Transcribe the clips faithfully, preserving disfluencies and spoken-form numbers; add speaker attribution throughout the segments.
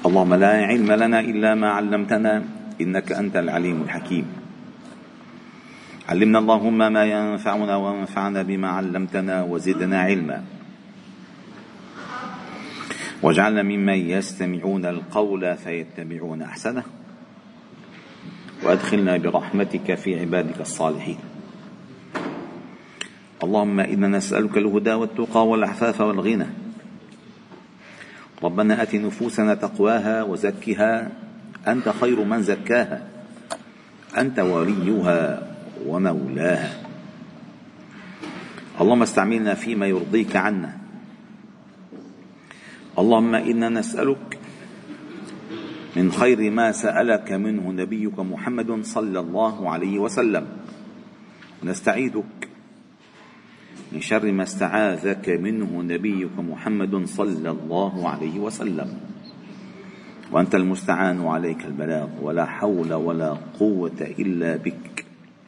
Speaker 1: اللهم لا علم لنا إلا ما علمتنا إنك أنت العليم الحكيم. علمنا اللهم ما ينفعنا وانفعنا بما علمتنا وزدنا علما، واجعلنا ممن يستمعون القول فيتبعون أحسنه، وأدخلنا برحمتك في عبادك الصالحين. اللهم إنا نسألك الهدى والتقى والعفاف والغنى. ربنا آت نفوسنا تقواها وزكها أنت خير من زكاها، أنت وليها ومولاها. اللهم استعملنا فيما يرضيك عنا. اللهم إنا نسألك من خير ما سألك منه نبيك محمد صلى الله عليه وسلم، ونستعيذك من شر ما استعاذك منه نبيك محمد صلى الله عليه وسلم، وأنت المستعان وعليك البلاغ، ولا حول ولا قوة إلا بك.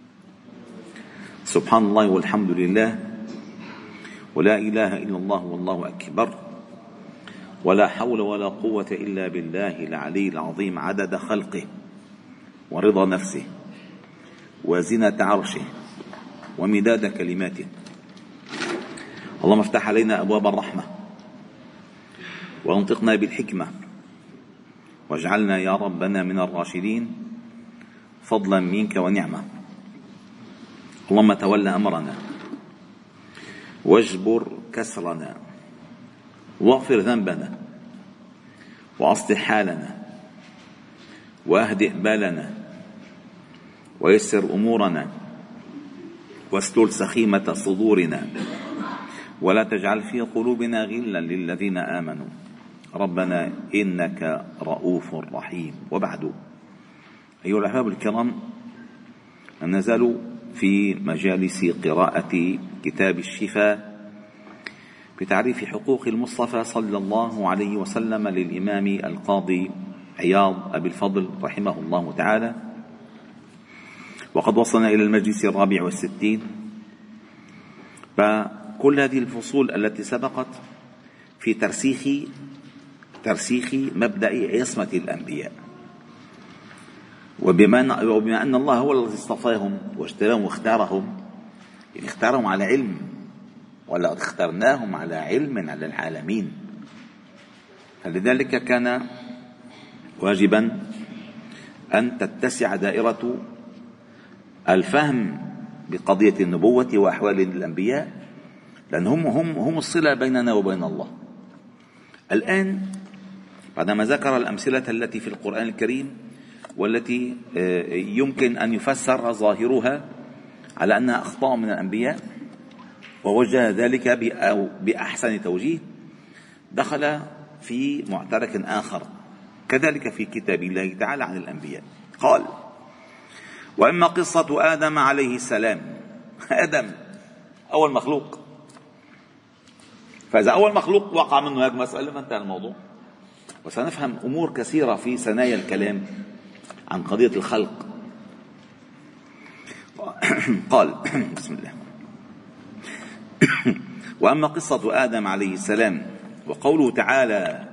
Speaker 1: سبحان الله والحمد لله ولا إله إلا الله والله أكبر، ولا حول ولا قوة إلا بالله العلي العظيم، عدد خلقه ورضا نفسه وزنة عرشه ومداد كلماته. اللهم افتح علينا أبواب الرحمة وانطقنا بالحكمة، واجعلنا يا ربنا من الراشدين فضلا منك ونعمة. اللهم تول أمرنا واجبر كسرنا واغفر ذنبنا وأصلح حالنا وأهدئ بالنا ويسر أمورنا واستر سخيمة صدورنا، ولا تجعل في قلوبنا غلا للذين آمنوا ربنا إنك رؤوف رحيم. وبعد، أيها الأحباب الكرام، نزال في مجالس قراءة كتاب الشفاء بتعريف حقوق المصطفى صلى الله عليه وسلم للإمام القاضي عياض أبي الفضل رحمه الله تعالى. وقد وصلنا إلى المجلس الرابع والستين. فكل هذه الفصول التي سبقت في ترسيخ ترسيخ مبدأ عصمة الأنبياء، وبما, وبما أن الله هو الذي اصطفاهم واجتباهم واختارهم، يعني اختارهم على علم، ولقد اخترناهم على علم على العالمين. فلذلك كان واجبا أن تتسع دائرة الفهم بقضية النبوة وأحوال الأنبياء، لأنهم هم هم الصلة بيننا وبين الله. الآن بعدما ذكر الأمثلة التي في القرآن الكريم والتي يمكن أن يفسر ظاهرها على أنها أخطاء من الأنبياء، ووجه ذلك بأحسن توجيه، دخل في معترك آخر كذلك في كتاب الله تعالى عن الأنبياء. قال: وإما قصة آدم عليه السلام. آدم أول مخلوق، فإذا أول مخلوق وقع منه هذه المسألة فانتهى الموضوع. وسنفهم أمور كثيرة في ثنايا الكلام عن قضية الخلق. قال: بسم الله. وأما قصة آدم عليه السلام وقوله تعالى: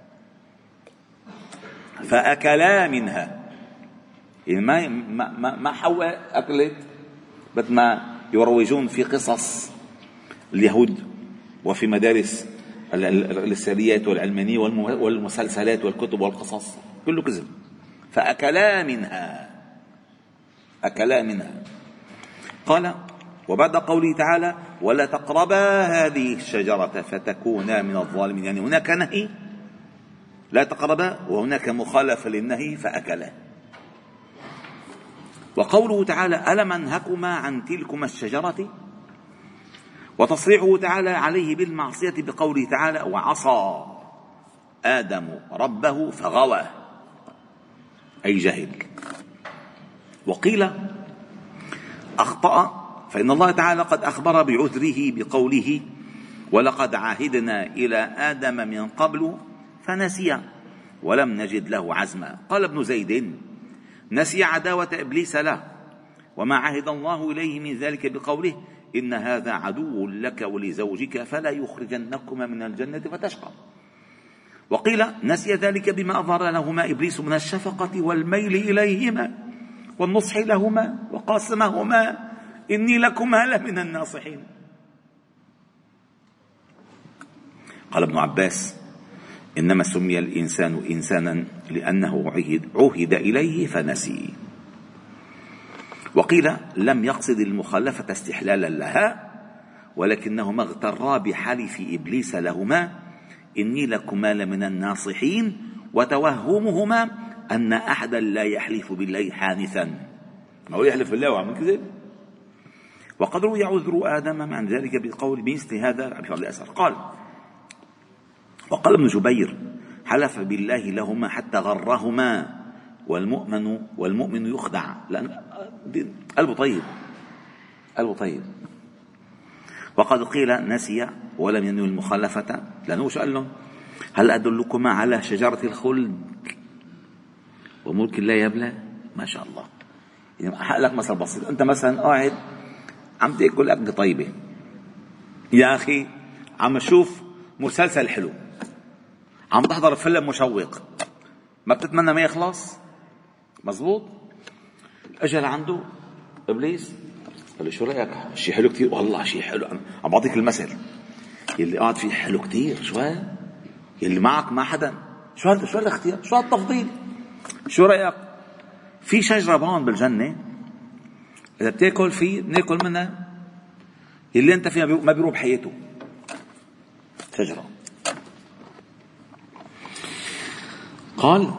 Speaker 1: فأكلا منها، يعني ما ما ما حواء أكلت، بد ما يروجون في قصص اليهود وفي مدارس الرساليات والعلمانية والمسلسلات والكتب والقصص، كله كذب. فأكلا منها، أكلا منها. قال: وبعد قوله تعالى: ولا تقربا هذه الشجرة فتكونا من الظالمين، يعني هناك نهي لا تقربا وهناك مخالفة للنهي فأكلا. وقوله تعالى: ألم أنهكما عن تلكما الشجرة، وتصريحه تعالى عليه بالمعصية بقوله تعالى: وعصى آدم ربه فغوى، أي جهل. وقيل أخطأ، فإن الله تعالى قد أخبر بعذره بقوله: ولقد عهدنا إلى آدم من قبل فنسي ولم نجد له عزما. قال ابن زيد: نسي عداوة إبليس له، وما عهد الله إليه من ذلك بقوله: إن هذا عدو لك ولزوجك فلا يخرجنكما من الجنة فتشقى. وقيل نسي ذلك بما أظهر لهما إبليس من الشفقة والميل إليهما والنصح لهما وقاسمهما إني لكما لمن الناصحين. قال ابن عباس إنما سمي الإنسان إنسانا لأنه عهد, عهد إليه فنسي. وقيل لم يقصد المخالفة استحلالا لها، ولكنهما اغترا بحلف إبليس لهما إني لكما لمن الناصحين، وتوهمهما أن أحدا لا يحلف بالله حانثا، ما هو يحلف بالله وعم كذب. وقد روي عذر آدم عن ذلك بقول بمثل هذا عبد الله الأسر قال: وقال ابن جبير: حلف بالله لهما حتى غرهما، والمؤمن والمؤمن يخدع، لأن قلبه طيب قلبه طيب. وقد قيل نسي ولم ينوي المخالفة، لأنه شو قال لهم؟ هل أدلكما على شجرة الخلد وملك لا يبلى؟ ما شاء الله. يعني أحق لك مثل بسيط، أنت مثلا قاعد عم تأكل أكل طيبة، يا أخي عم شوف مسلسل حلو، عم تحضر فيلم مشوق، ما بتتمنى ما يخلص؟ مزبوط. أجل عنده إبليس قال له: شو رأيك؟ شيء حلو كتير. والله شيء حلو، عم بعطيك المثل، يلي قاعد فيه حلو كتير، شو يلي معك ما حدا، شو هذا؟ شو الاختيار؟ شو هالتفضيل؟ شو رأيك؟ في شجرة بون بالجنة إذا بتاكل فيه ناكل منها، يلي أنت فيها ما بيروح بحياته، شجرة. قال: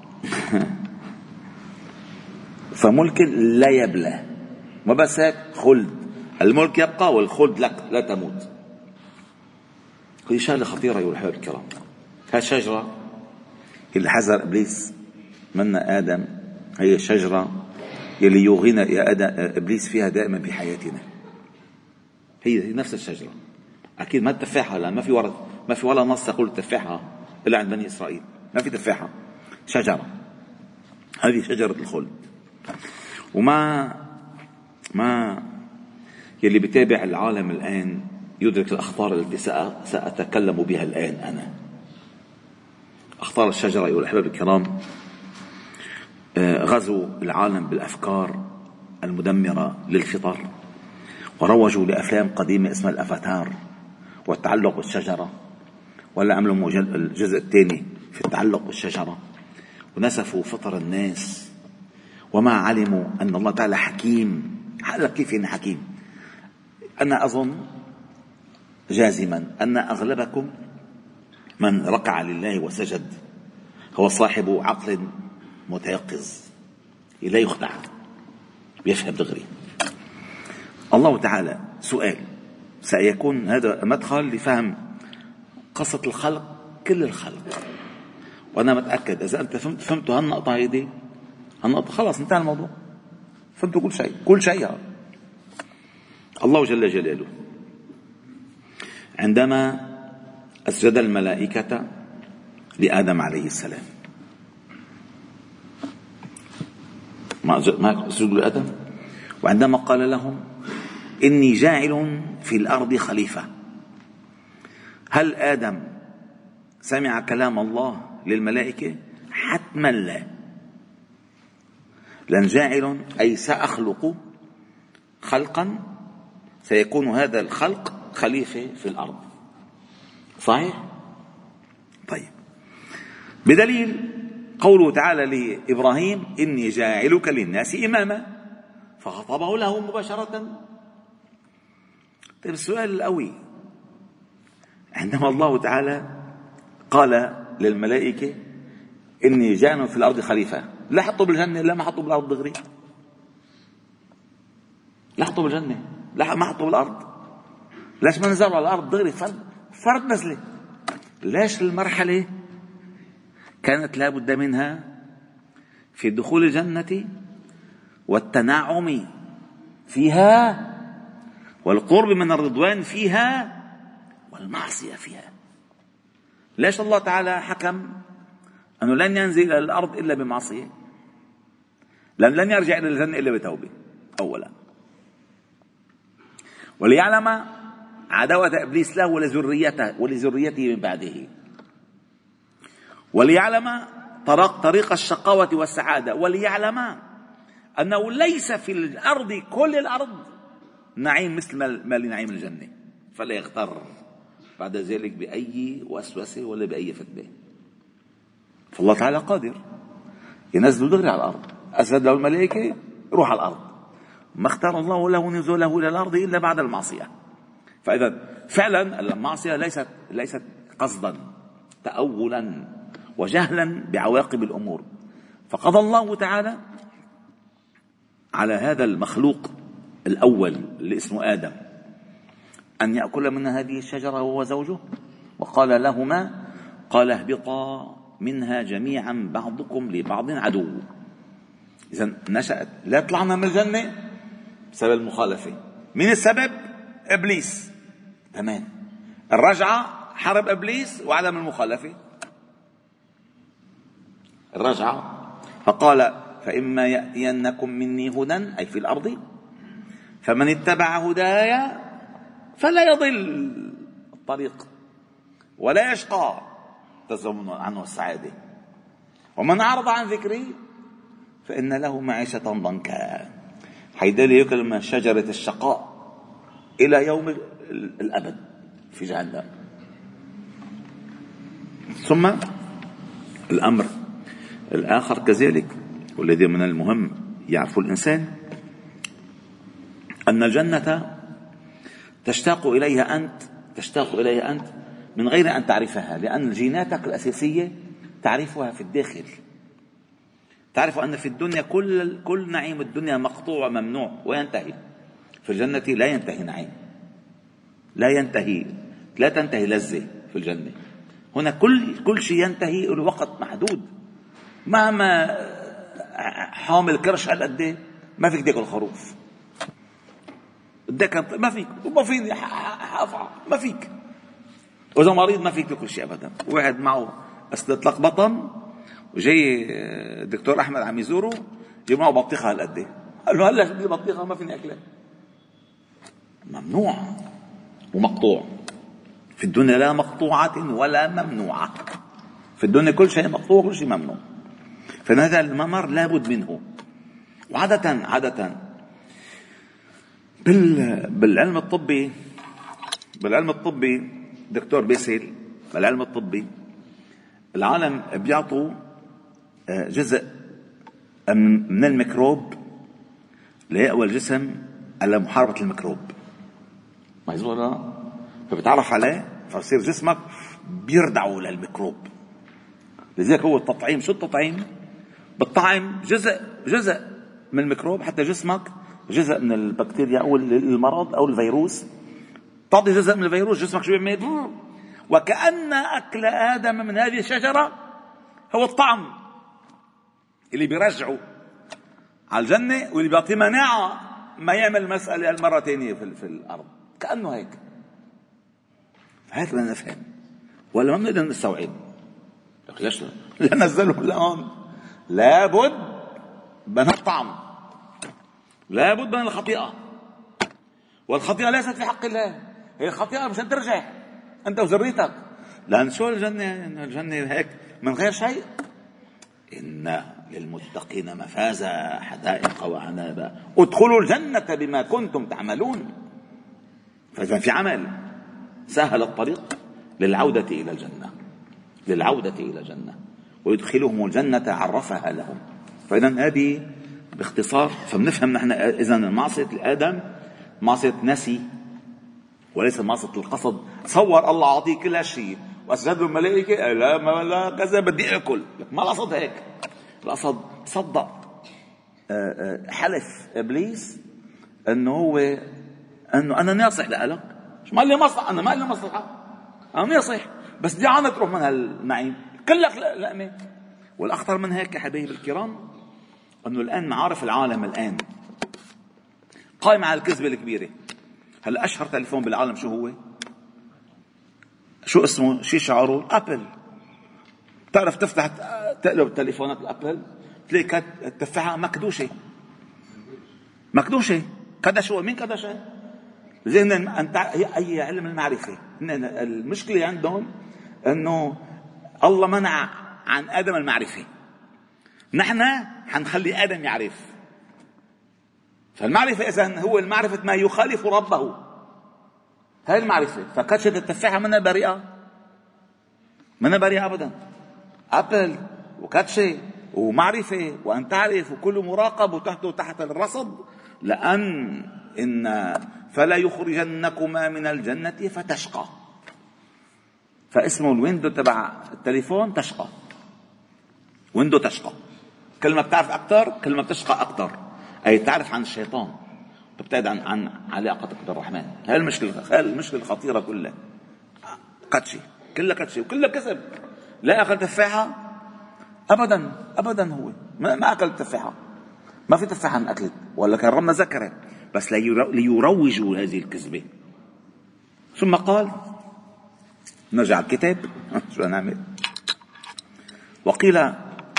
Speaker 1: فملك لا يبلى، ما بس هيك، خلد، الملك يبقى والخلد لك لا تموت. هذه شغلة خطيرة أيها الأحباب الكرام. هالشجرة اللي حذر إبليس منها آدم هي الشجرة اللي يوغينا يا آدم إبليس فيها دائما بحياتنا، هي نفس الشجرة. أكيد ما التفاحة، لأن ما في ورد، ما في ولا نص يقول التفاحة إلا عند بني إسرائيل، ما في تفاحة، شجرة. هذه شجرة الخلد. وما ما يلي بتابع العالم الآن يدرك الأخطار التي سأتكلم بها الآن أنا. أخطار الشجرة أيها الأحباب الكرام. غزوا العالم بالأفكار المدمرة للفطر، وروجوا لأفلام قديمة اسمها الأفاتار والتعلق بالشجرة، ولا عملوا الجزء الثاني في التعلق بالشجرة، ونسفوا فطر الناس وما علموا أن الله تعالى حكيم. هقول لك كيف يعني حكيم. أنا أظن جازما أن أغلبكم من ركع لله وسجد هو صاحب عقل متيقظ لا يخدع، بيفهم دغري. الله تعالى سؤال سيكون هذا مدخل لفهم قصة الخلق، كل الخلق، وأنا متأكد إذا أنت فهمت فهمتوا هالنقطة هيدي، هالنقطة خلاص انتهى الموضوع، فهمتوا كل شيء كل شيء. الله جل جلاله عندما أسجد الملائكة لآدم عليه السلام، ما أسجدوا لآدم، وعندما قال لهم إني جاعل في الأرض خليفة، هل آدم سمع كلام الله للملائكة؟ حتما لا، لأن جاعل أي سأخلق خلقا سيكون هذا الخلق خليفة في الأرض، صحيح؟ طيب، بدليل قوله تعالى لإبراهيم إني جاعلك للناس إماما، فخطبه له مباشرة. طيب السؤال القوي، عندما الله تعالى قال للملائكة إني جاعل في الأرض خليفة، لا حطوا بالجنة، لا ما حطوا بالأرض دغري، لا حطوا بالجنة، لا ما حطوا بالأرض، ليش ما نزلوا على الأرض دغري؟ فرد فرد نزلة. ليش المرحلة كانت لا بد منها في دخول الجنة والتنعم فيها والقرب من الرضوان فيها والمعصية فيها. ليش الله تعالى حكم أنه لن ينزل إلى الأرض إلا بمعصية؟ لأن لن يرجع إلى الجنة إلا بتوبة أولا، وليعلم عداوة إبليس له ولذريته ولذريته من بعده. وليعلم طريق, طريق الشقاوة والسعادة، وليعلم أنه ليس في الأرض كل الأرض نعيم مثل ما لنعيم الجنة، فلا يغتر بعد ذلك بأي وسوسة ولا بأي فتنة. فالله تعالى قادر ينزل دغري على الأرض، أسد له الملائكة روح على الأرض، ما اختار الله له نزوله إلى الأرض إلا بعد المعصية. فإذا فعلا المعصية ليست ليست قصدا، تأولا وجهلا بعواقب الأمور. فقضى الله تعالى على هذا المخلوق الأول اللي اسمه آدم أن يأكل من هذه الشجرة هو وزوجه، وقال لهما قال اهبطا منها جميعا بعضكم لبعض عدو. إذن نشأت، لا طلعنا من الجنة بسبب المخالفة. من السبب؟ إبليس. تمام. الرجعة حرب إبليس وعدم المخالفة. الرجعة فقال فإما يأتينكم مني هدى، أي في الأرض، فمن اتبع هداي فلا يضل الطريق ولا يشقى تزعم عنه السعادة، ومن أعرض عن ذكري فإن له معيشة ضنكا، حيدل يأكل من شجرة الشقاء إلى يوم الأبد في جهنم. ثم الأمر الآخر كذلك، والذي من المهم يعرف الإنسان، أن الجنة تشتاق إليها أنت تشتاق إليها أنت من غير أن تعرفها، لأن جيناتك الأساسية تعرفها في الداخل. تعرف أن في الدنيا كل كل نعيم الدنيا مقطوع وممنوع وينتهي. في الجنة لا ينتهي نعيم، لا ينتهي لا تنتهي لذة في الجنة. هنا كل كل شيء ينتهي له وقت محدود. مهما حامل كرش هالقد ما فيك تاكل خروف، بدك ما فيك، وما فيني حافظ ما فيك، وإذا مريض ما فيك تاكل شيء أبدا. واحد معه استطلاق بطن وجاي الدكتور أحمد عم يزوره، جاي معه بطيخة هالقد، قال له هلا بدي بطيخة ما فيني أكلها. ممنوع ومقطوع. في الدنيا لا مقطوعة ولا ممنوعة، في الدنيا كل شيء مقطوع وكل شيء ممنوع. فهذا الممر لابد منه. وعادة عادة بالعلم الطبي بالعلم الطبي دكتور باسل، بالعلم الطبي العالم بيعطوا جزء من الميكروب ليقوى الجسم على محاربة الميكروب، ما يزورها، فبتعرف عليه فيصير جسمك بيردعوا للميكروب. لذلك هو التطعيم. شو التطعيم؟ بالطعم جزء جزء من الميكروب، حتى جسمك جزء من البكتيريا او المرض او الفيروس، تعطي جزء من الفيروس، جسمك شو بيعمل؟ وكأن أكل آدم من هذه الشجرة هو الطعم اللي بيرجعه على الجنة واللي بيعطي مناعة ما يعمل مسألة المرة ثانية في, في الأرض، كأنه هيك. هيك بدنا نفهم ولا ما بنقدر نستوعب؟ ليش لا نزله الآن؟ لابد من الطعم، لابد من الخطيئة، والخطيئة ليست في حق الله، هي الخطيئة مشان ترجع أنت وذريتك. لأن شو الجنة؟ الجنة هيك من غير شيء. إن للمتقين مفازا حدائق وعنابا ادخلوا الجنة بما كنتم تعملون. فإذا في عمل سهل الطريق للعودة إلى الجنة، للعودة إلى الجنة ويدخلهم الجنة عرفها لهم. فإذا هذه باختصار. فبنفهم نحن إذا معصية الآدم معصية نسي وليس معصية القصد. تصور الله عطيه كل هالشيء وأسجد الملائكة لا ما لا كذا بدي أكل، ما القصد هيك. القصد صدق حلف إبليس أنه هو أنه أنا ناصح لك، مش ما لي مصلحة، أنا ما لي مصلحة، أنا ناصح بس دي عنا تروح من هالنعيم كلك لقمة. والأخطر من هيك يا حبايبي الكرام أنه الآن معارف العالم الآن قائم على الكذبة الكبيرة. هلا أشهر تليفون بالعالم شو هو؟ شو اسمه؟ شي شعاره؟ أبل. تعرف تفتح تقلب تليفونات الأبل تلاقي التفاحة مكدوشة مكدوشة كدشوا. مين كدشة؟ زي أنت أي علم المعرفة. المشكلة عندهم أنه الله منع عن آدم المعرفة، نحن حنخلي آدم يعرف. فالمعرفة إذن هو المعرفة ما يخالف ربه، هاي المعرفة. فكاتشة التفاحة منها بريئة، منها بريئة أبدا. أبل وكاتشة ومعرفة وأن تعرف وكل مراقب وتحته تحت الرصد، لأن إن فلا يخرجنكما من الجنة فتشقى. فاسمه الويندو تبع التليفون تشقى، ويندو تشقى. كل ما بتعرف أكثر كل ما بتشقى أكثر، أي تعرف عن الشيطان، تبتعد عن عن علاقتك بالرحمن. هاي المشكلة، هاي المشكلة الخطيرة كلها. كاتشي كلها كاتشي وكلها كسب. لا أكل تفاحة أبدا أبدا، هو ما, ما أكل تفاحة، ما في تفاحة من أكلت، ولا كان ربنا ذكره بس ليروجوا هذه الكذبة. ثم قال نرجع الكتاب شو نعمل. وقيل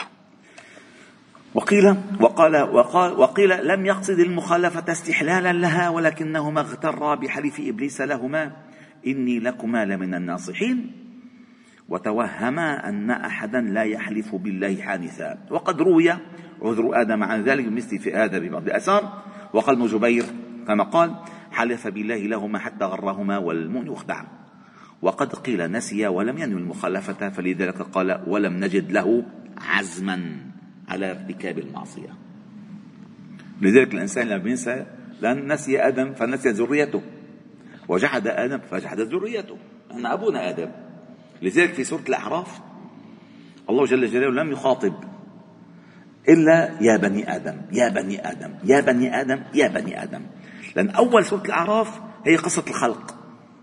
Speaker 1: وقيل وقال وقال وقيل لم يقصد المخالفة استحلالا لها، ولكنهما اغترا بحلف إبليس لهما إني لكما لمن الناصحين، وتوهما أن أحدا لا يحلف بالله حانثا. وقد روي عذر آدم عن ذلك مثل في هذا ببعض الآثار. وقال ابن جبير كما قال حلف بالله لهما حتى غرهما والمؤمن يخدع. وقد قيل نسي ولم ينوي المخالفة، فلذلك قال ولم نجد له عزما على ارتكاب المعصية. لذلك الإنسان لما بينسى، لأن نسي آدم فنسي ذريته، وجحد آدم فجحد ذريته، أن أبونا آدم. لذلك في سورة الأعراف الله جل جلاله لم يخاطب إلا يا بني آدم يا بني آدم يا بني آدم يا بني آدم، لأن أول سورة الأعراف هي قصة الخلق.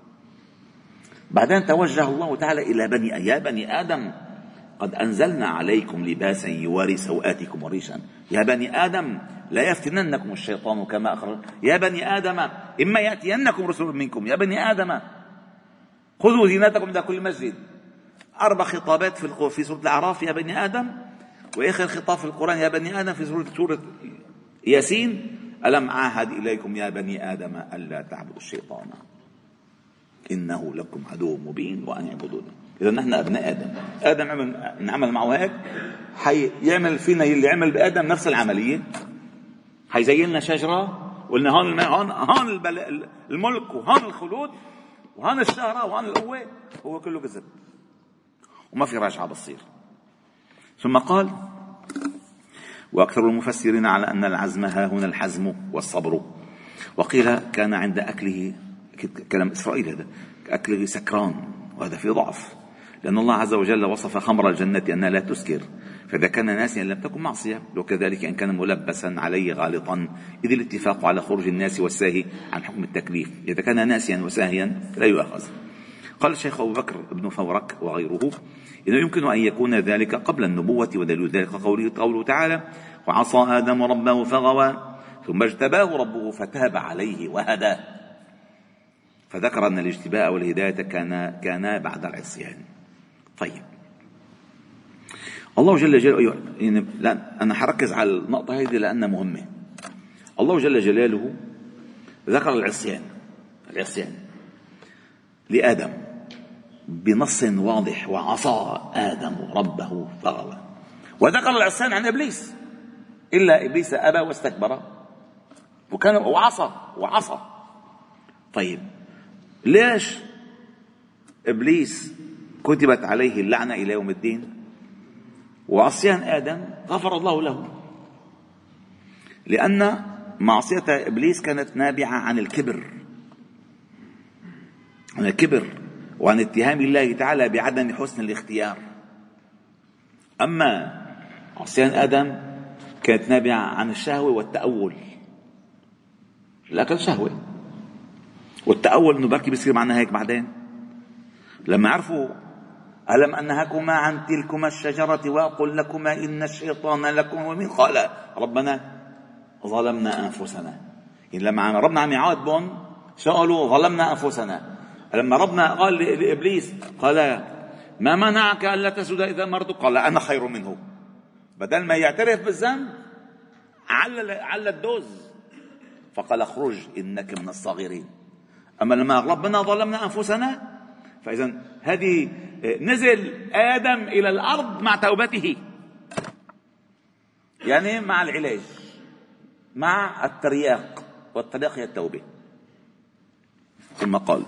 Speaker 1: بعدين توجه الله تعالى إلى بني يا بني آدم قد أنزلنا عليكم لباسا يواري سوآتكم وريشا يا بني آدم لا يفتننكم الشيطان كما أخرج يا بني آدم إما يأتينكم رسل منكم يا بني آدم خذوا زينتكم عند كل مسجد. أربع خطابات في في سورة الأعراف يا بني آدم، وآخر خطاب في القرآن يا بني آدم في سورة سورة ياسين ألم عاهد إليكم يا بني آدم ألا تعبدوا الشيطان إنه لكم عدو مبين وأن يعبدونه. إذا نحن أبناء آدم، آدم عمل نعمل معه هيك، حيعمل فينا اللي عمل بآدم نفس العملية، حيزيننا شجرة وقلنا هون هون هون الملك وهون الخلود وهون الشهرة وهون القوة، هو كله كذب وما في راجعة بتصير. ثم قال وأكثر المفسرين على أن العزم ها هنا الحزم والصبر. وقيل كان عند أكله، كلام إسرائيل هذا، أكله سكران، وهذا في ضعف، لأن الله عز وجل وصف خمر الجنة أنها لا تسكر، فإذا كان ناسيا لم تكن معصية، وكذلك إن كان ملبسا عليه غالطا، إذ الاتفاق على خروج الناس والساهي عن حكم التكليف، إذا كان ناسيا وساهيا لا يؤخذ. قال الشيخ أبو بكر بن فورك وغيره إنه يمكن أن يكون ذلك قبل النبوة، ودليل ذلك قوله, قوله تعالى وعصى آدم ربه فغوى ثم اجتباه ربه فتاب عليه وهداه، فذكر أن الاجتباء والهداية كان كانا بعد العصيان. طيب الله جل جلاله، يعني لا أنا حركز على النقطة هذه لأنها مهمة. الله جل جلاله ذكر العصيان العصيان لآدم بنص واضح وعصى آدم ربه فغوى، وذكر العصيان عن إبليس إلا إبليس أبى واستكبر وكان وعصى وعصى. طيب ليش إبليس كتبت عليه اللعنة إلى يوم الدين وعصيان آدم غفر الله له؟ لأن معصية إبليس كانت نابعة عن الكبر، عن الكبر وعن اتهام الله تعالى بعدم حسن الاختيار. أما عصيان آدم كانت نابعة عن الشهوة والتأول، الأكل شهوة، والتأول إنه بركي بيصير معنا هيك بعدين. لما عرفوا ألم أنهكما عن تلكما الشجرة وأقول لكما إن الشيطان لكم ومن قال ربنا ظلمنا أنفسنا، يعني لما ربنا عم يعاتبهم شو قالوا؟ ظلمنا أنفسنا. لما ربنا قال لإبليس قال ما منعك ألا تسجد إذا أمرتك؟ قال أنا خير منه. بدل ما يعترف بالذنب على على الدوز فقال اخرج إنك من الصاغرين. أما لما ربنا ظلمنا أنفسنا، فإذا هذه نزل آدم إلى الأرض مع توبته، يعني مع العلاج، مع الترياق، والترياق هي التوبة. ثم قال: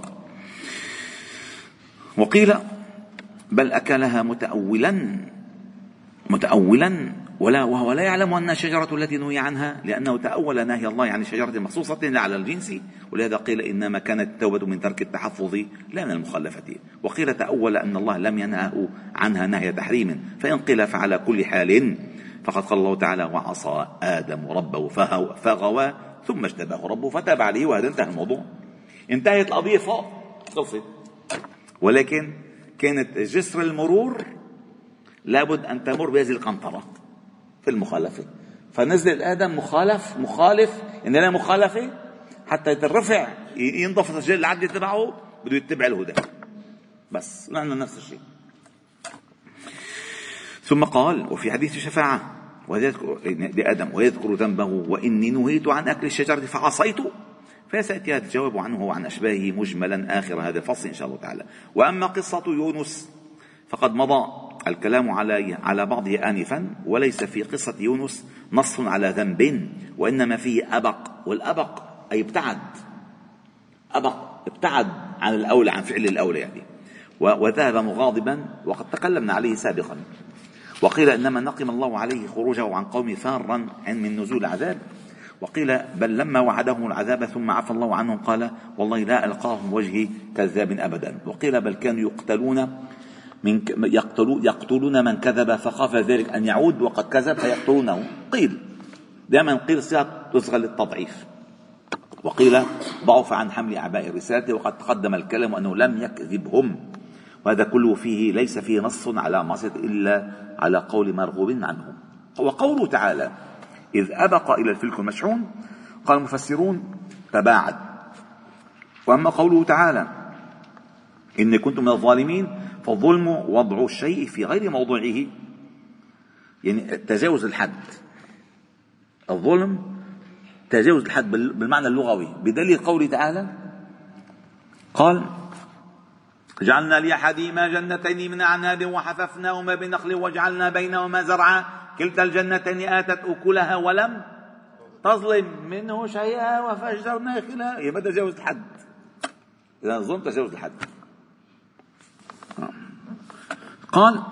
Speaker 1: وقيل بل أكلها متأولا متأولا ولا وهو لا يعلم أن الشجرة التي نهي عنها، لأنه تأول نهي الله عن شجرة مخصوصة لا على الجنس، ولهذا قيل إنما كانت التوبة من ترك التحفظ لا من المخلفة. وقيل تأول أن الله لم ينهه عنها نهي تحريم، فإن قيل فعلى كل حال فقد قال الله تعالى: وعصى آدم ربه فغوى ثم اجتباه ربه فتاب عليه. وهذا انتهى الموضوع، انتهت القضية فوق، خلصت. ولكن كانت جسر المرور لابد أن تمر بهذه القنطرة في المخالفة، فنزل آدم مخالف مخالف إن لا مخالفة حتى يترفع ينضف السجل العدل تبعه، بده يتبع الهدى. بس نحن نفس الشيء. ثم قال: وفي حديث الشفاعة لآدم ويذكر ذنبه: وإني نهيت عن أكل الشجرة فعصيت. فسيأتي هذا الجواب عنه وعن أشباهه مجملا آخر هذا الفصل إن شاء الله تعالى. وأما قصة يونس فقد مضى الكلام على على بعضه آنفا، وليس في قصة يونس نص على ذنب، وإنما فيه أبق، والأبق أي ابتعد، أبق ابتعد عن الأولى، عن فعل الأولى يعني، وذهب مغاضبا، وقد تكلمنا عليه سابقا. وقيل إنما نقم الله عليه خروجه عن قوم فارا من نزول العذاب. وقيل بل لما وعدهم العذاب ثم عفى الله عنهم قال: والله لا ألقاهم وجهي كذاب أبدا. وقيل بل كانوا يقتلون من يقتلون, يقتلون من كذب فخاف ذلك أن يعود وقد كذب فيقتلونه. قيل دائما قيل صيغة تصغى للتضعيف. وقيل ضعف عن حمل أعباء الرسالة، وقد تقدم الكلام أنه لم يكذبهم، وهذا كله فيه ليس فيه نص على معصية إلا على قول مرغوب عنه. وقوله تعالى: إذ أبق إلى الفلك المشحون، قال المفسرون: تباعد. وأما قوله تعالى: إن كنتم من الظالمين، فالظلم وضع الشيء في غير موضعه، يعني تجاوز الحد. الظلم تجاوز الحد بالمعنى اللغوي، بدليل قوله تعالى قال: جعلنا لأحدهما جنتين من أعناب وحففناهما بنخل وجعلنا بينهما زرعا كلتا الجنتين آتت أكلها ولم تظلم منه شيئا وفجرنا خلالها. يبقى تجاوز الحد، إذا الظلم تجاوز الحد. قال: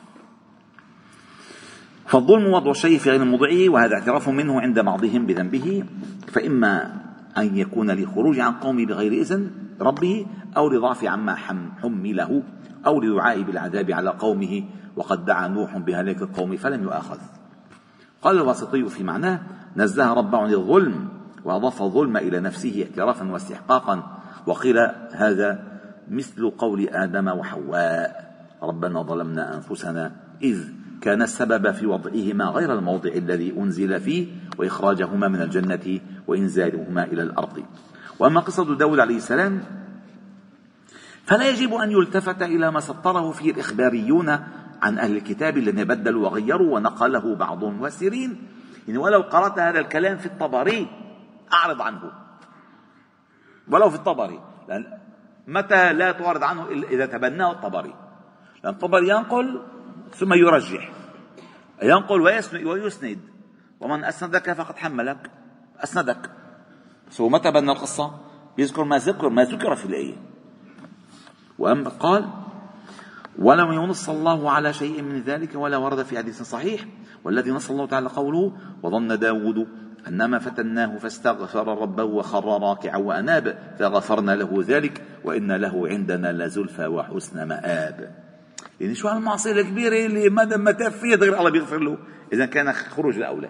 Speaker 1: فالظلم وضع الشيء في غير موضعه، وهذا اعتراف منه عند بعضهم بذنبه، فإما أن يكون لخروج عن قومه بغير إذن ربه، أو لضعف عما حمله، أو لدعائه بالعذاب على قومه، وقد دعا نوح بهلاك القوم فلم يؤاخذ. قال الواسطي في معناه: نزه ربه عن الظلم وأضاف الظلم إلى نفسه اعترافا واستحقاقا. وقيل هذا مثل قول آدم وحواء: ربنا ظلمنا أنفسنا، إذ كان السبب في وضعهما غير الموضع الذي أنزل فيه، وإخراجهما من الجنة وإنزالهما إلى الأرض. وأما قصة داود عليه السلام فلا يجب أن يلتفت إلى ما سطره فيه الإخباريون عن أهل الكتاب الذين بدلوا وغيروا ونقله بعض المفسرين. يعني ولو قرأت هذا الكلام في الطبري أعرض عنه، ولو في الطبري، لأن متى لا تعرض عنه إلا إذا تبناه الطبري، لأن الطبري ينقل ثم يرجح، ينقل ويسند، ومن أسندك فقد حملك أسندك. سو متى بنى القصة بيذكر ما ذكر ما ذكر في الآية. وأما قال: ولم ينص الله على شيء من ذلك ولا ورد في حديث صحيح، والذي نص الله تعالى قوله: وظن داود أنما فتناه فاستغفر ربه وخر راكعا وأناب فغفرنا له ذلك وإن له عندنا لزلفى وحسن مآب. يعني شو هالمعصية الكبيرة اللي ما دام ما تاب فيها غير الله بيغفر له، إذا كان خروج الأولى.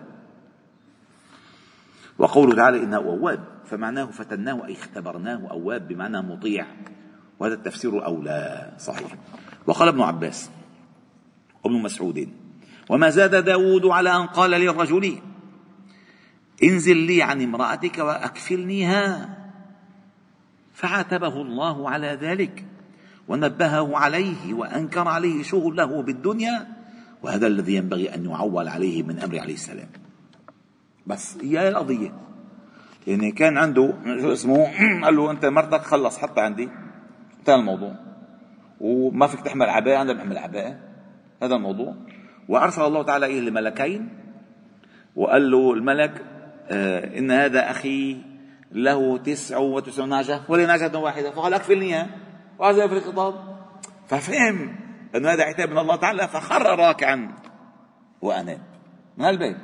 Speaker 1: وقوله تعالى: إنه أواب، فمعناه فتناه أي اختبرناه، أواب بمعنى مطيع، وهذا التفسير الأولى صحيح. وقال ابن عباس وابن مسعود: وما زاد داود على أن قال للرجل: انزل لي عن امرأتك وأكفلنيها، فعاتبه الله على ذلك ونبهه عليه وأنكر عليه شغله بالدنيا، وهذا الذي ينبغي أن يعول عليه من أمر عليه السلام. بس هي القضية، يعني كان عنده شو اسمه قال له: أنت مرتك خلص حتى عندي، انتهى الموضوع. وما فيك تحمل عباءة، أنا بحمل عباءة. هذا الموضوع. وأرسل الله تعالى إليه الملكين وقال له الملك آه إن هذا أخي له تسع وتسع نعجة ولي نعجة واحدة، فقال أكفلنيها وعزل في الخطاب. ففهم أن هذا عتاب من الله تعالى فخر راكعا وأناب من البيت.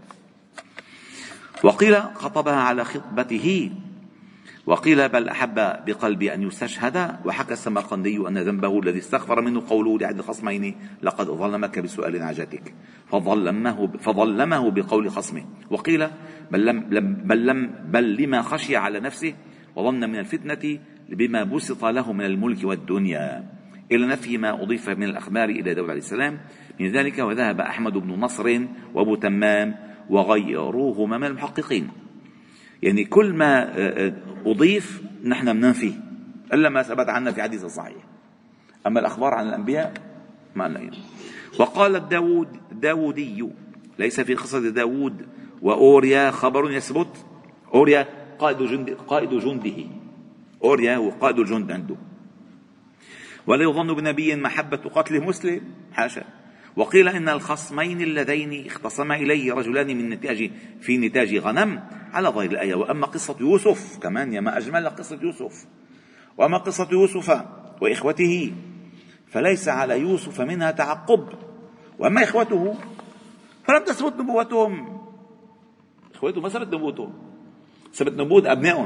Speaker 1: وقيل خطبها على خطبته، وقيل بل أحب بقلبي أن يستشهد. وحكى السمرقندي أن ذنبه الذي استغفر منه قوله لأحد الخصمين لقد ظلمك بسؤال نعجتك، فظلمه, فظلمه بقول خصمه. وقيل بل, لم بل, لم بل لما خشي على نفسه وظن من الفتنة بما بسط له من الملك والدنيا، إلى نفي ما أضيف من الأخبار إلى داود عليه السلام من ذلك. وذهب أحمد بن نصر وأبو تمام وغيروهما من المحققين. يعني كل ما أضيف نحن مننفيه إلا ما ثبت عنا في حديث صحيح، أما الأخبار عن الأنبياء ما لنا. وقال الداود داودي ليس في قصة داود وأوريا خبر يثبت. أوريا قائد جند قائد جنده، أوريا هو قائد الجند عنده. ولا يظن بنبي محبة قتل مسلم، حاشا. وقيل إن الخصمين اللذين اختصما إليه رجلان من نتاج في نتاج غنم على ظاهر الآية. وأما قصة يوسف كمان، يا ما أجمل قصة يوسف. وأما قصة يوسف وإخوته فليس على يوسف منها تعقب، وأما إخوته فلم تثبت نبوتهم. إخوته ما ثبت نبوتهم، ثبت نبوة أبنائهم،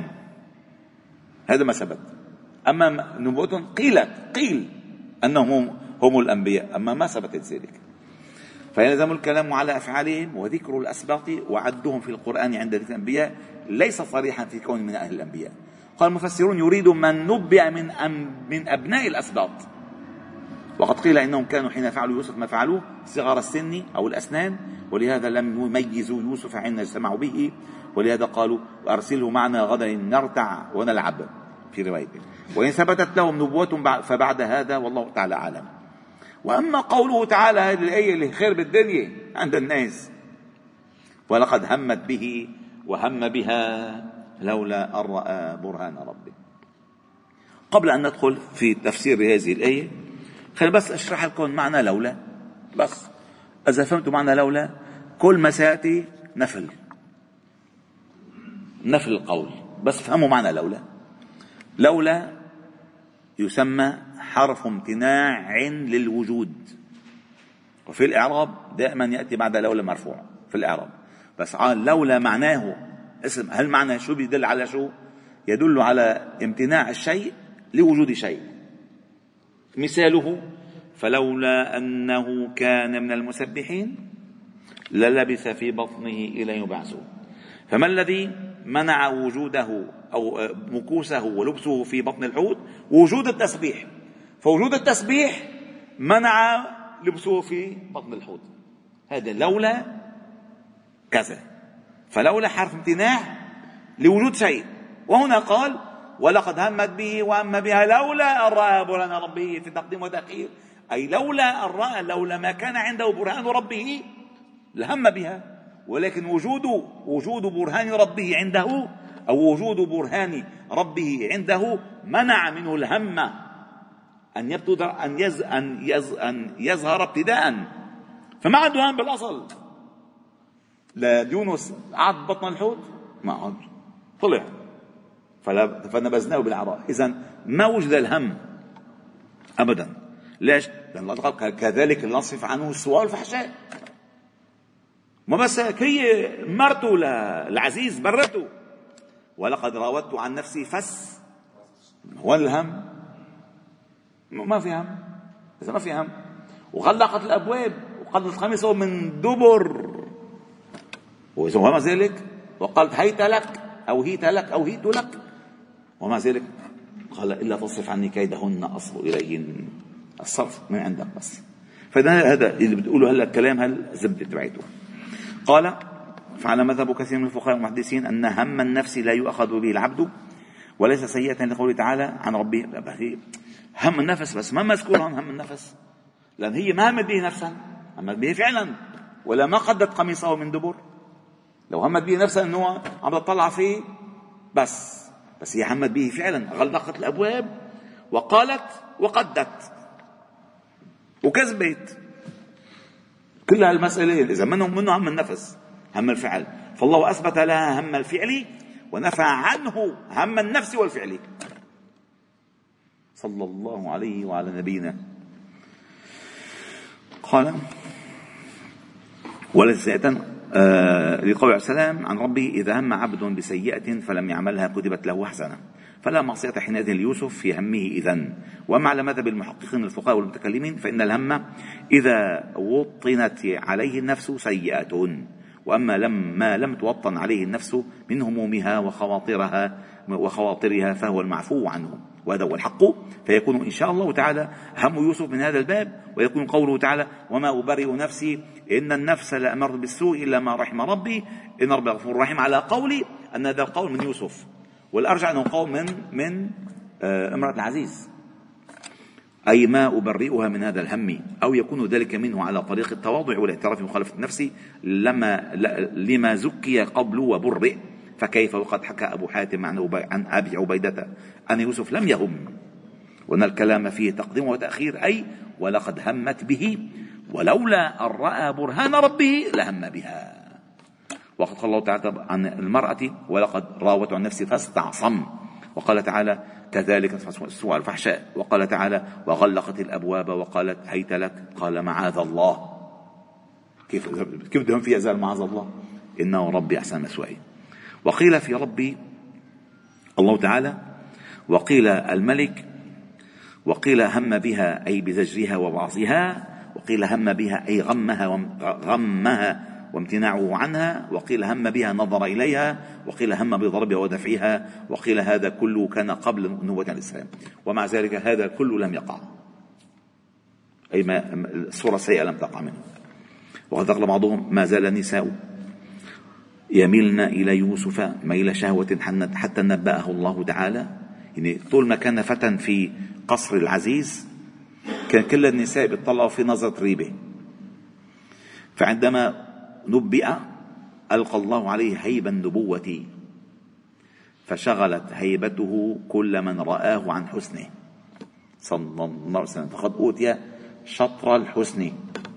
Speaker 1: هذا ما ثبت. أما نبوتهم قيلت قيل أنهم هم الأنبياء، أما ما ثبتت ذلك. فيلزم الكلام على أفعالهم وذكر الأسباط وعدهم في القرآن عند ذكر الأنبياء ليس صريحا في كون من أهل الأنبياء. قال المفسرون يريد من نبع من, من أبناء الأسباط. وقد قيل إنهم كانوا حين فعلوا يوسف ما فعلوه صغار السن أو الأسنان، ولهذا لم يميزوا يوسف حين اجتمعوا به، ولهذا قالوا أرسله معنا غدا نرتع ونلعب في روايته. وإن ثبتت لهم نبوة فبعد هذا والله تعالى أعلم. وأما قوله تعالى هذه الآية اللي خير بالدنيا عند الناس، ولقد همت به وهم بها لولا أن رأى برهان ربه. قبل أن ندخل في تفسير هذه الآية خلينا بس أشرح لكم معنى لولا. بس إذا فهمتوا معنى لولا كل ما سيأتي نفل نفل القول، بس فهموا معنى لولا. لولا يسمى حرف امتناع للوجود، وفي الإعراب دائما يأتي بعد لولا مرفوع في الإعراب. بس لولا معناه اسم، هل معنى شو بيدل على شو؟ يدل على امتناع الشيء لوجود شيء. مثاله فلولا أنه كان من المسبحين للبث في بطنه إلى يبعثون. فما الذي منع وجوده أو مكوسه ولبسه في بطن الحوت؟ وجود التسبيح. فوجود التسبيح منع لبسه في بطن الحوت. هذا لولا كذا. فلولا حرف امتناع لوجود شيء. وهنا قال ولقد همت به وهم بها لولا أن رأى برهان ربه في تقديم وتأخير، أي لولا أن رأى، لولا ما كان عنده برهان ربه لهم بها، ولكن وجود وجود برهان ربه عنده أو وجود برهان ربه عنده منع منه الهم أن يبتدر أن يز أن يز أن يظهر ابتداء. فما عنده هم بالأصل. لا يونس قعد بطن الحوت ما عاد طلع فنبذناه بالعراء. إذن ما وجد الهم أبدا. ليش؟ لأن الله قال كذلك نصرف عنه السوء والفحشاء. ما بس هي مرته للعزيز برته. ولقد راودته عن نفسي فس هو الهم. ما في هم. إذا ما في هم وغلقت الأبواب وقضت خمسة من دبر وما ذلك وقالت هيت لك أو هيت لك أو هيت لك وما ذلك قال إلا تصرف عني كيدهن أصب إليهن. الصرف من عندك بس. فهذا هذا اللي بتقوله هلا الكلام هالزبدة تبعته. قال فعلى مذهب كثير من الفقهاء والمحدثين أن هم النفس لا يؤخذ به العبد وليس سيئة لقوله تعالى عن ربه. هم النفس بس ما مذكور عن هم النفس، لأن هي ما همت به نفسا، همت به فعلا، ولا ما قدت قميصه من دبر. لو همت به نفسا أنه عم تطلع فيه بس بس هي همت به فعلا. غلقت الأبواب وقالت وقدت وكذبت. كل هالمسألة إذا منه منه هم النفس هم الفعل، فالله أثبت لها هم الفعل ونفى عنه هم النفس والفعل، صلى الله عليه وعلى نبينا. قال ولسيئة آه لقول السلام عن ربي إذا هم عبد بسيئة فلم يعملها كتبت له حسنة، فلا معصية حينئذ ليوسف في همه إذن. وأما على مذهب المحققين الفقهاء والمتكلمين فإن الهم إذا وطنت عليه النفس سيئة، وأما لما لم توطن عليه النفس من همومها وخواطرها وخواطرها فهو المعفو عنه، وهذا هو الحق. فيكون إن شاء الله تعالى هم يوسف من هذا الباب، ويكون قوله تعالى وما أبرئ نفسي إن النفس لأمر بالسوء إلا ما رحم ربي إن ربي غفور رحيم، على قولي أن هذا القول من يوسف، والأرجع أنه قول من من امرأة العزيز، أي ما أبرئها من هذا الهم، أو يكون ذلك منه على طريق التواضع والاعتراف بمخالفة النفس لما لما زكي قبل وبرئ. فكيف وقد حكى أبو حاتم عن أبي عبيدة أن يوسف لم يهم، وأن الكلام فيه تقديم وتأخير، أي ولقد همت به ولولا أن رأى برهان ربه لهم بها. وقد قال الله تعالى عن المرأة ولقد راوت عن نفسه فاستعصم، وقال تعالى كذلك سوء الفحشاء، وقال تعالى وغلقت الأبواب وقالت هيت لك قال معاذ الله. كيف كيف بدهم فيها زال معاذ الله إنه ربي أحسن مثواي. وقيل في ربي الله تعالى، وقيل الملك، وقيل هم بها أي بزجرها ووعظها، وقيل هم بها أي غمها غمها وامتناعه عنها، وقيل هم بها نظر إليها، وقيل هم بضربها ودفعها، وقيل هذا كله كان قبل نبوة الإسلام، ومع ذلك هذا كله لم يقع، أي ما الصورة السيئة لم تقع منه. وقد قال بعضهم ما زال النساء يميلن إلى يوسف ميل شهوة حتى نبأه الله تعالى، يعني طول ما كان فتى في قصر العزيز كان كل النساء بيطلعوا في نظرة ريبة، فعندما نبئ ألقى الله عليه هيبة النبوة فشغلت هيبته كل من رآه عن حسنه صلى الله عليه وسلم، فقد أوتي شطر الحسن.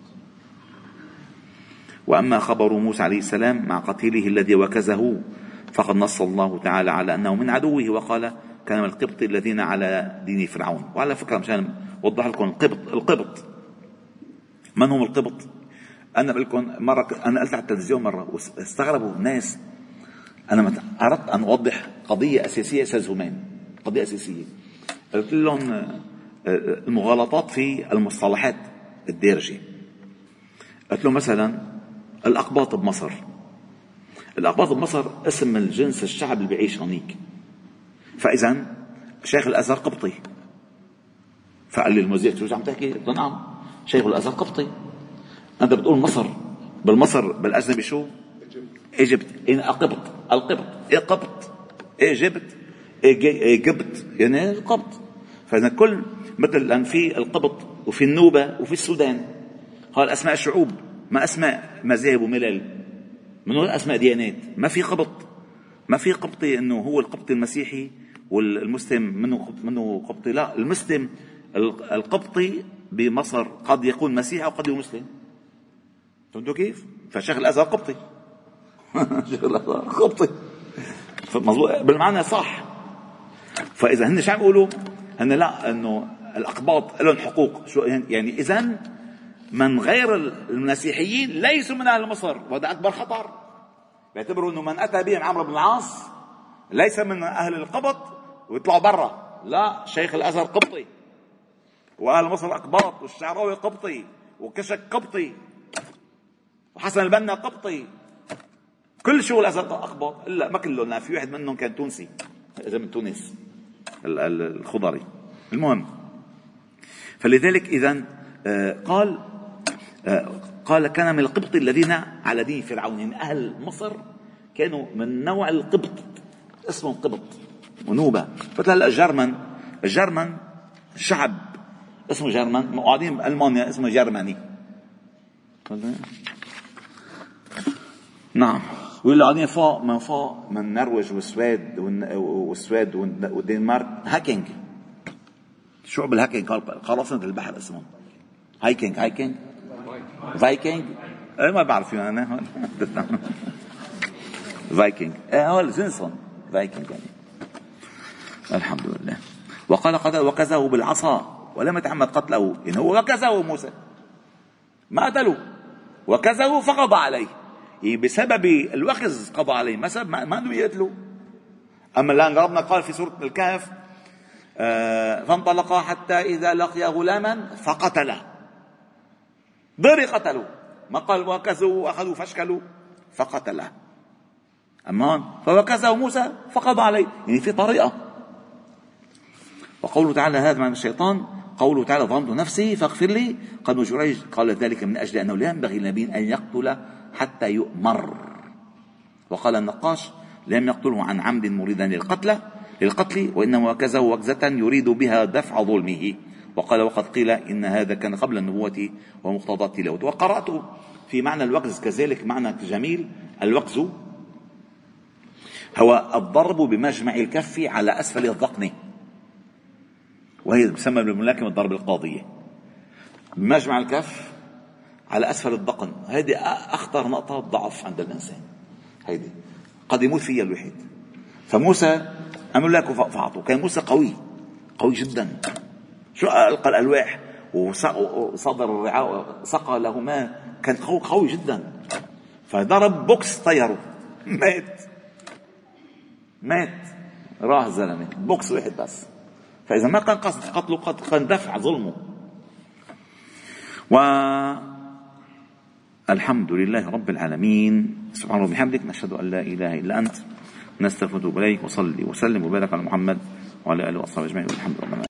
Speaker 1: وأما خبر موسى عليه السلام مع قتيله الذي وكزه فقد نص الله تعالى على أنه من عدوه، وقال كان من القبط الذين على دين فرعون. وعلى فكرة مشان وضح لكم القبط القبط من هم القبط؟ أنا بقول لكم مرة أنا قلت على التلفزيون مرة واستغربوا الناس، أنا أردت أن أوضح قضية أساسية سلزمان، قضية أساسية. قلت لهم المغالطات في المصطلحات الدارجة. قلت لهم مثلا الأقباط بمصر، الأقباط بمصر اسم الجنس الشعب اللي بيعيش هنيك، فإذا شيخ الأزهر قبطي. فقال لي المذيع شو عم تحكي؟ قلت له نعم شيخ الأزهر قبطي. أنت بتقول مصر، بالمصر بالأجنبي شو؟ إيجبت. إن أقبط القبط إيه قبط إيجبت إيجبت يعني القبط. فإذا كل مثل الآن في القبط وفي النوبة وفي السودان، هاي أسماء الشعوب ما أسماء مذاهب وملل، من هو أسماء ديانات. ما في قبط، ما في قبطي إنه هو القبطي المسيحي والمسلم منه منه قبطي، لا، المسلم القبطي بمصر قد يكون مسيحي أو قد يكون مسلم. فهمتوا كيف؟ فشيخ الأزهر قبطي شيخ الأزهر قبطي بالمعنى صح. فإذا هن شو عم يقولوا؟ هن لا إنه الأقباط لهم حقوق، شو يعني؟ إذن من غير المسيحيين ليسوا من أهل مصر، وهذا أكبر خطر. بيعتبروا إنه من أتى بهم عمرو بن العاص ليس من أهل القبط ويطلعوا برا. لا، شيخ الأزهر قبطي، وأهل مصر أقباط، والشعراوي قبطي، وكشك قبطي، وحسن البنا قبطي، كل شغل الأزهر أقباط. إلا ما كلهم، في واحد منهم كان تونسي، إذا من تونس الخضري. المهم، فلذلك إذن قال قال كان من القبط الذين على دين فرعون، يعني أهل مصر كانوا من نوع القبط، اسمهم قبط ونوبة. فتلا الجرمن، الجرمن شعب اسمه جرمن، مقعدين بألمانيا اسمه جرماني. نعم، واللي قاعدين فوق من فوق من النرويج والسويد والسويد والدنمارك هاكينج، شعب الهاكينج، قراصنة البحر اسمهم. هايكينج هايكينج فايكينج ايه ما بعرف انا فايكنج اه هو سيمسون فايكنج يعني. الحمد لله. وقال قتل وكزه بالعصا ولم يتعمد قتله، إن هو وكزه موسى ما قتله، وكزه فقضى عليه، يعني بسبب الوكز قضى عليه، ما سبب ما انه يقتله. اما الان ربنا قال في سوره الكهف آه فانطلقا حتى اذا لقيا غلاما فقتله، ضري قتله، ما قال وكزوا واخذوا فاشكلوا فقتله. اما فوكزه موسى فقضى عليه، يعني في طريقه. وقوله تعالى هذا معنى الشيطان، قوله تعالى ظلمت نفسي فاغفر لي، قال ابن جريج قال ذلك من اجل انه لا ينبغي للنبي ان يقتل حتى يؤمر. وقال النقاش لم يقتله عن عمد مريدا للقتل للقتل وانما وكزه وكزة يريد بها دفع ظلمه. وقال وقد قيل ان هذا كان قبل النبوة ومقتضى التلاوة. وقرأت في معنى الوكز كذلك معنى جميل. الوكز هو الضرب بمجمع الكف على اسفل الذقن، وهي تسمى بالملاكمة الضرب القاضية، بمجمع الكف على اسفل الذقن. هذه اخطر نقطة ضعف عند الانسان، هيدي قد يموت فيها الوحيد. فموسى عمل لك فعطوا، كان موسى قوي قوي جدا، شو ألقى الألواح وصدر الرعاء سقى له ماء، كان قوي قوي جدا. فضرب بوكس طيره مات مات راح الزلمة بوكس واحد بس. فإذا ما كان قصد قتله قد كان دفع ظلمه. والحمد لله رب العالمين. سبحانه وبحمدك نشهد أن لا إله إلا أنت نستغفرك إليك. وصلي وسلم وبارك على محمد وعلى آله وصحبه أجمعين والحمد لله.